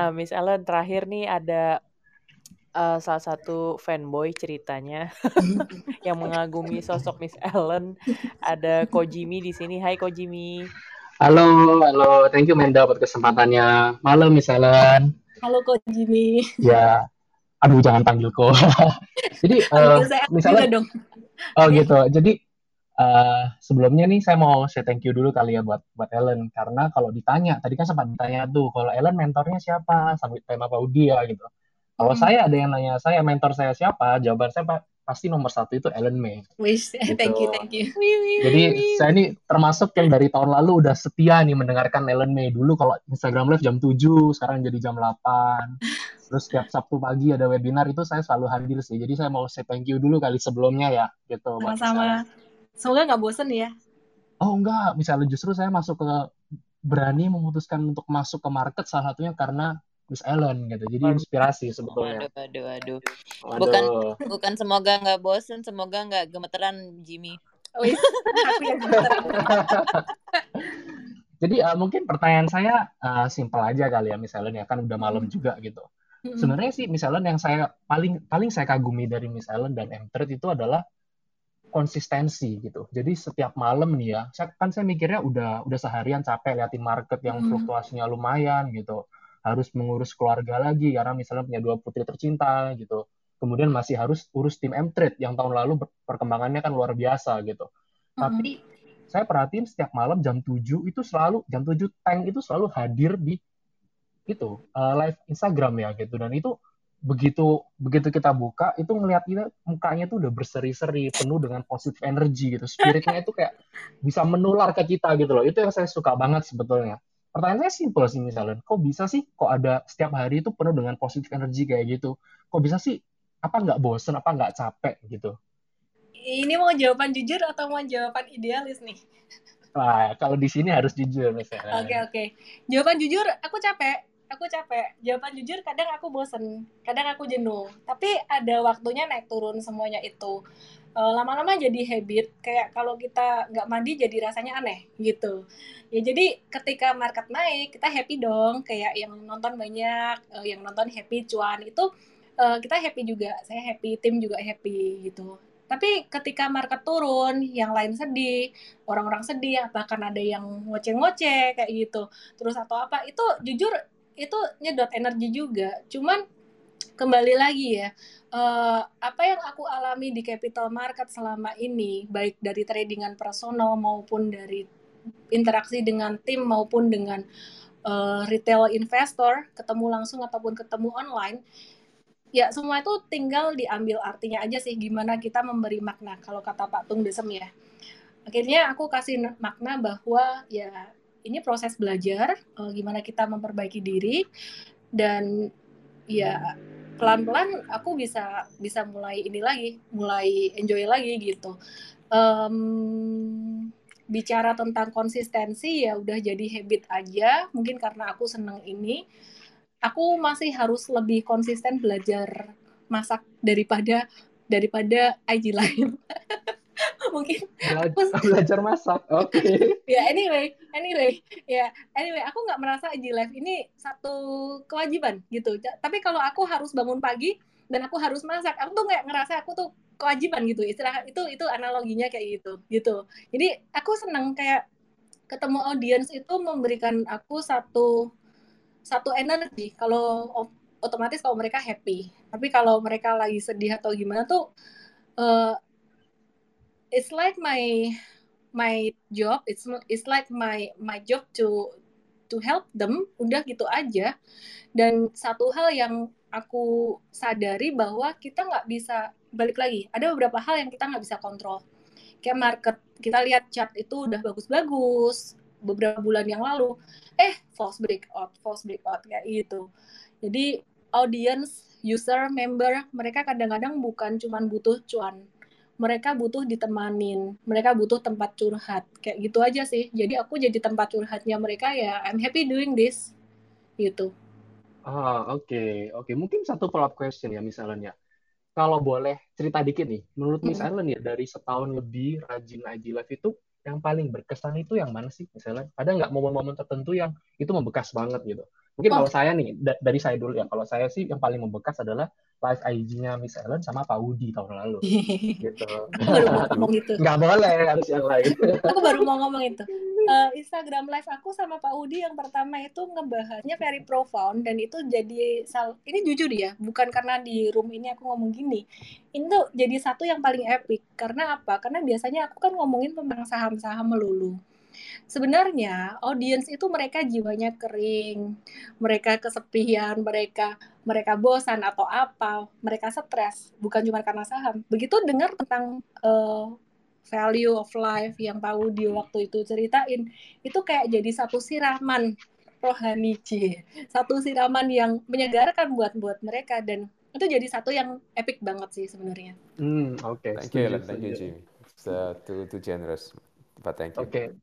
Nah, Miss Ellen terakhir nih ada salah satu fanboy ceritanya yang mengagumi sosok Miss Ellen. Ada Kojimi di sini. Hai Kojimi. Halo, halo. Thank you Menda buat kesempatannya. Malam, Miss Ellen. Halo Coach Jimmy. Ya, aduh jangan panggil kok. Jadi, Panggil saya Miss juga Ellen, dong. oh Ya. gitu. Jadi, sebelumnya nih saya mau say thank you dulu kali ya buat Ellen. Karena kalau ditanya, tadi kan sempat ditanya tuh, kalau Ellen mentornya siapa? Sampai tema Pak Udi ya gitu. Kalau saya ada yang nanya saya mentor saya siapa, jawaban saya pasti nomor satu itu Ellen May. Wish, thank you, Gitu. thank you. Wih, wih, Jadi wih, wih. saya ini termasuk yang dari tahun lalu udah setia nih mendengarkan Ellen May. Dulu kalau Instagram Live jam 7, sekarang jadi jam 8. Terus setiap Sabtu pagi ada webinar itu saya selalu hadir sih. Jadi saya mau say thank you dulu kali sebelumnya ya gitu buat misalnya. Sama-sama. Semoga nggak bosen ya. Oh enggak, misalnya justru saya masuk ke berani memutuskan untuk masuk ke market salah satunya karena Miss Ellen gitu. Jadi inspirasi sebetulnya. Waduh. Waduh. Bukan semoga nggak bosen, semoga nggak gemeteran Jimmy. Wish, aku yang gemeteran. Jadi mungkin pertanyaan saya simpel aja kali ya misalnya ya kan udah malam juga gitu. Sebenarnya sih misalnya yang saya paling paling saya kagumi dari Miss Ellen dan M-Trade itu adalah konsistensi gitu. Jadi setiap malam nih ya, saya mikirnya udah seharian capek liatin market yang fluktuasinya lumayan gitu. Harus mengurus keluarga lagi karena misalnya punya dua putri tercinta gitu. Kemudian masih harus urus tim M-Trade yang tahun lalu perkembangannya kan luar biasa gitu. Tapi saya perhatiin setiap malam jam 7 itu selalu jam 7 Tank itu selalu hadir di itu live Instagram ya gitu dan itu begitu begitu kita buka itu ngelihat kita mukanya tuh udah berseri-seri penuh dengan positive energy gitu spiritnya itu kayak bisa menular ke kita gitu loh itu yang saya suka banget sebetulnya pertanyaan saya simpel sih misalnya kok bisa sih kok ada setiap hari itu penuh dengan positive energy kayak gitu kok bisa sih apa nggak bosen apa nggak capek gitu. Ini mau jawaban jujur atau mau jawaban idealis nih? Wah, kalau di sini harus jujur misalnya. Oke. Jawaban jujur, aku capek. Jawaban jujur kadang aku bosen, kadang aku jenuh. Tapi ada waktunya naik turun semuanya itu. Lama-lama jadi habit. Kayak kalau kita nggak mandi jadi rasanya aneh gitu. Ya jadi ketika market naik kita happy dong. Kayak yang nonton banyak, yang nonton happy cuan itu kita happy juga. Saya happy, tim juga happy gitu. Tapi ketika market turun, yang lain sedih, orang-orang sedih, bahkan ada yang ngoceh-ngoceh kayak gitu. Terus atau apa, itu jujur itu nyedot energi juga. Cuman kembali lagi ya, apa yang aku alami di capital market selama ini, baik dari tradingan personal maupun dari interaksi dengan tim maupun dengan retail investor, ketemu langsung ataupun ketemu online, ya semua itu tinggal diambil artinya aja sih, gimana kita memberi makna, kalau kata Pak Tung Desem ya. Akhirnya aku kasih makna bahwa ya ini proses belajar, gimana kita memperbaiki diri, dan ya pelan-pelan aku bisa mulai ini lagi, mulai enjoy lagi gitu. Bicara tentang konsistensi ya udah jadi habit aja, mungkin karena aku seneng ini. Aku masih harus lebih konsisten belajar masak daripada IG live. Mungkin aku Belajar masak oke. ya anyway aku nggak merasa IG live ini satu kewajiban gitu. Tapi kalau aku harus bangun pagi dan aku harus masak, aku tuh nggak ngerasa aku tuh kewajiban gitu, istilah itu analoginya kayak gitu. Jadi aku seneng kayak ketemu audiens itu memberikan aku satu energi. Kalau otomatis kalau mereka happy, tapi kalau mereka lagi sedih atau gimana tuh uh, it's like my job, it's like my job to help them, udah gitu aja. Dan satu hal yang aku sadari bahwa kita nggak bisa balik lagi, ada beberapa hal yang kita nggak bisa kontrol, kayak market. Kita lihat chart itu udah bagus-bagus beberapa bulan yang lalu, false breakout kayak gitu. Jadi audience, user, member, mereka kadang-kadang bukan cuma butuh cuan, mereka butuh ditemanin, mereka butuh tempat curhat, kayak gitu aja sih. Jadi aku jadi tempat curhatnya mereka, ya I'm happy doing this gitu. Oke. Oke. Mungkin satu follow up question ya misalnya. Kalau boleh cerita dikit nih, menurut Miss Ellen ya dari setahun lebih rajin IG Live itu yang paling berkesan itu yang mana sih misalnya? Ada nggak momen-momen tertentu yang itu membekas banget gitu? Mungkin Oh, kalau saya nih, dari saya dulu ya. Kalau saya sih yang paling membekas adalah live IG-nya Miss Ellen sama Pak Udi tahun lalu. Gitu. aku baru mau Waduh. ngomong itu. Nggak boleh, harus yang lain. Aku baru mau ngomong itu. Instagram live aku sama Pak Udi yang pertama itu ngebahasnya very profound dan itu jadi ini jujur ya, bukan karena di room ini aku ngomong gini. Ini tuh jadi satu yang paling epic. Karena apa? Karena biasanya aku kan ngomongin tentang saham-saham melulu. Sebenarnya audiens itu mereka jiwanya kering, mereka kesepian, mereka bosan atau apa, mereka stres, bukan cuma karena saham. Begitu dengar tentang value of life yang Pak Wudi waktu itu ceritain, itu kayak jadi satu siraman rohani, satu siraman yang menyegarkan buat mereka, dan itu jadi satu yang epic banget sih sebenarnya. Oke, Thank you, setuju, Ellen. Thank you, setuju. Jimmy. It's too generous, but thank you. Oke.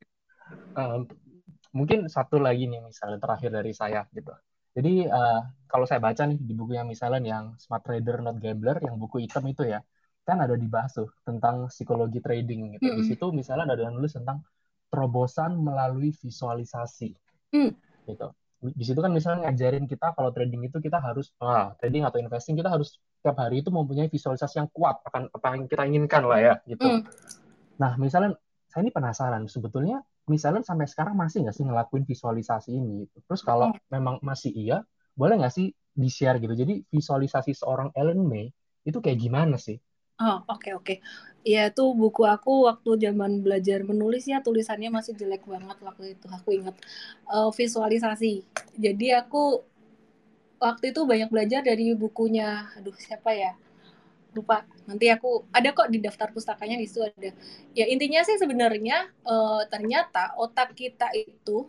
Mungkin satu lagi nih misalnya terakhir dari saya gitu. Jadi kalau saya baca nih di bukunya misalnya yang Smart Trader Not Gambler, yang buku hitam itu ya, kan ada dibahas tuh tentang psikologi trading gitu. Di situ misalnya ada nulis tentang terobosan melalui visualisasi gitu. Di situ kan misalnya ngajarin kita kalau trading itu kita harus trading atau investing kita harus setiap hari itu mempunyai visualisasi yang kuat akan apa yang kita inginkan lah ya gitu. Nah, misalnya saya ini penasaran, sebetulnya misalnya sampai sekarang masih nggak sih ngelakuin visualisasi ini? Gitu. Terus kalau memang masih iya, boleh nggak sih di-share gitu? Jadi visualisasi seorang Ellen May itu kayak gimana sih? Oh, oke. Ya, itu buku aku waktu zaman belajar menulis ya, tulisannya masih jelek banget waktu itu. Aku ingat visualisasi. Jadi aku waktu itu banyak belajar dari bukunya, aduh siapa ya? Lupa. Nanti aku ada kok di daftar pustakanya, di situ ada. Ya intinya sih sebenarnya ternyata otak kita itu,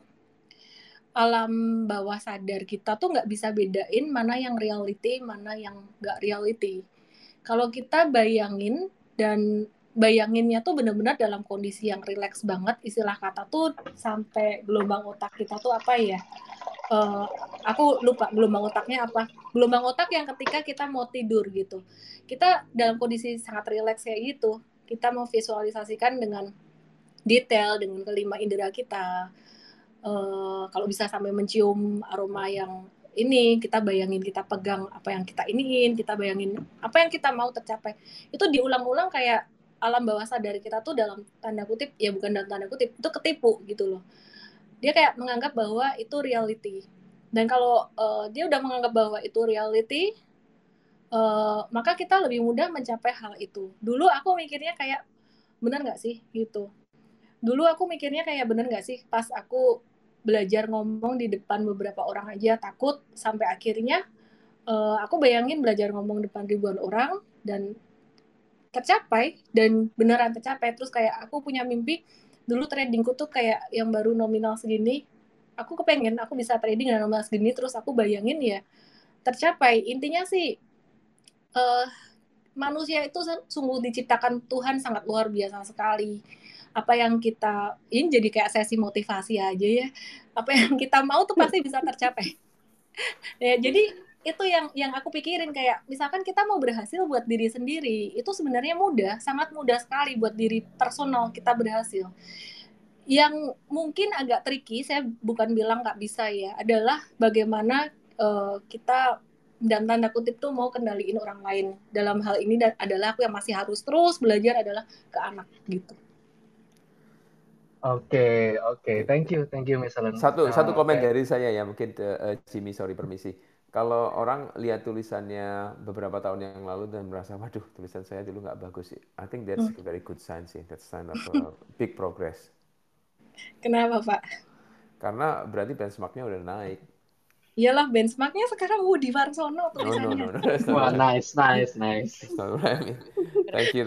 alam bawah sadar kita tuh nggak bisa bedain mana yang reality, mana yang nggak reality. Kalau kita bayangin, dan bayanginnya tuh benar-benar dalam kondisi yang rileks banget, istilah kata tuh sampai gelombang otak kita tuh apa ya? Aku lupa gelombang otaknya apa. Gelombang otak yang ketika kita mau tidur gitu. Kita dalam kondisi sangat rileks kayak gitu. Kita mau visualisasikan dengan detail dengan kelima indera kita. Kalau bisa sampai mencium aroma yang ini, kita bayangin kita pegang apa yang kita iniin, kita bayangin apa yang kita mau tercapai. Itu diulang-ulang kayak alam bawah sadar kita tuh dalam tanda kutip, ya bukan dalam tanda kutip, itu ketipu gitu loh. Dia kayak menganggap bahwa itu reality. Dan kalau dia udah menganggap bahwa itu reality, maka kita lebih mudah mencapai hal itu. Dulu aku mikirnya kayak, benar nggak sih gitu. Dulu aku mikirnya kayak bener nggak sih, pas aku belajar ngomong di depan beberapa orang aja takut, sampai akhirnya aku bayangin belajar ngomong depan ribuan orang dan tercapai, dan beneran tercapai. Terus kayak aku punya mimpi, dulu tradingku tuh kayak yang baru nominal segini, aku kepengen aku bisa trading dengan nominal segini, terus aku bayangin ya tercapai. Intinya sih manusia itu sungguh diciptakan Tuhan sangat luar biasa sekali. Apa yang kita, ini jadi kayak sesi motivasi aja ya, apa yang kita mau tuh pasti bisa tercapai. Ya, jadi itu yang aku pikirin, kayak misalkan kita mau berhasil buat diri sendiri, itu sebenarnya mudah, sangat mudah sekali buat diri personal kita berhasil. Yang mungkin agak tricky, saya bukan bilang nggak bisa ya, adalah bagaimana kita dalam tanda kutip tuh mau kendaliin orang lain. Dalam hal ini adalah aku yang masih harus terus belajar adalah ke anak gitu. Oke. Thank you, Miss Ellen. Satu komen dari saya ya, mungkin Jimmy, sorry, permisi. Kalau orang lihat tulisannya beberapa tahun yang lalu dan merasa, waduh, tulisan saya dulu nggak bagus sih. I think that's a very good sign sih. That's sign of big progress. Kenapa, Pak? Karena berarti benchmarknya udah naik. Iyalah, benchmarknya sekarang Budi Warsono tulisannya. No. Wah, nice. That's not what I mean. Thank you.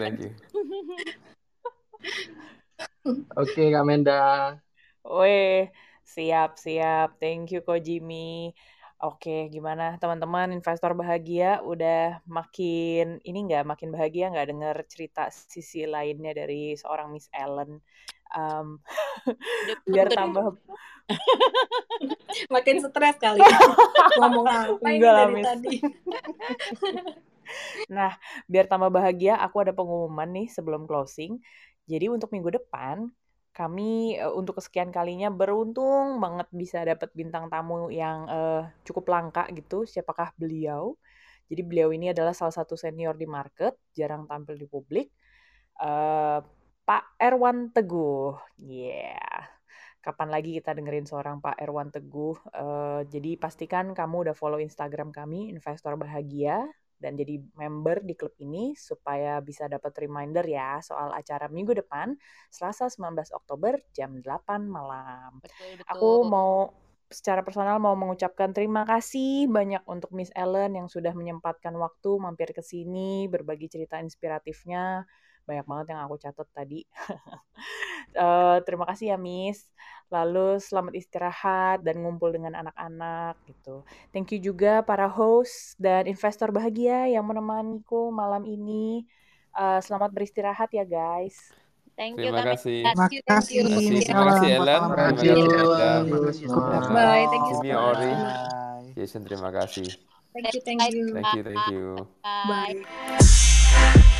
Oke, Kak Menda. Weh, siap. Thank you, Ko Jimmy. Oke, gimana teman-teman investor bahagia? Udah makin bahagia nggak dengar cerita sisi lainnya dari seorang Miss Ellen? Biar tambah makin stres kali. Ngomong apa ini dari tadi? Nah, biar tambah bahagia, aku ada pengumuman nih sebelum closing. Jadi untuk minggu depan, kami untuk kesekian kalinya beruntung banget bisa dapat bintang tamu yang cukup langka gitu. Siapakah beliau? Jadi beliau ini adalah salah satu senior di market, jarang tampil di publik. Pak Erwan Teguh. Yeah. Kapan lagi kita dengerin seorang Pak Erwan Teguh? Jadi pastikan kamu udah follow Instagram kami, Investor Bahagia, dan jadi member di klub ini supaya bisa dapat reminder ya soal acara minggu depan, Selasa 19 Oktober jam 8 malam. Betul. Aku mau secara personal mau mengucapkan terima kasih banyak untuk Miss Ellen yang sudah menyempatkan waktu mampir ke sini, berbagi cerita inspiratifnya. Banyak banget yang aku catat tadi. Terima kasih ya Miss. Lalu selamat istirahat dan ngumpul dengan anak-anak gitu. Thank you juga para host dan investor bahagia yang menemaniku malam ini. Selamat beristirahat ya guys. Thank you Terima kami. kasih. Terima kasih. Terima kasih Ellen. Terima Terima kasih kasih Eda. semua. Bye. Thank you Jimmy, so much. Ori, Jason, terima kasih. Thank you. Thank you. Bye. Bye.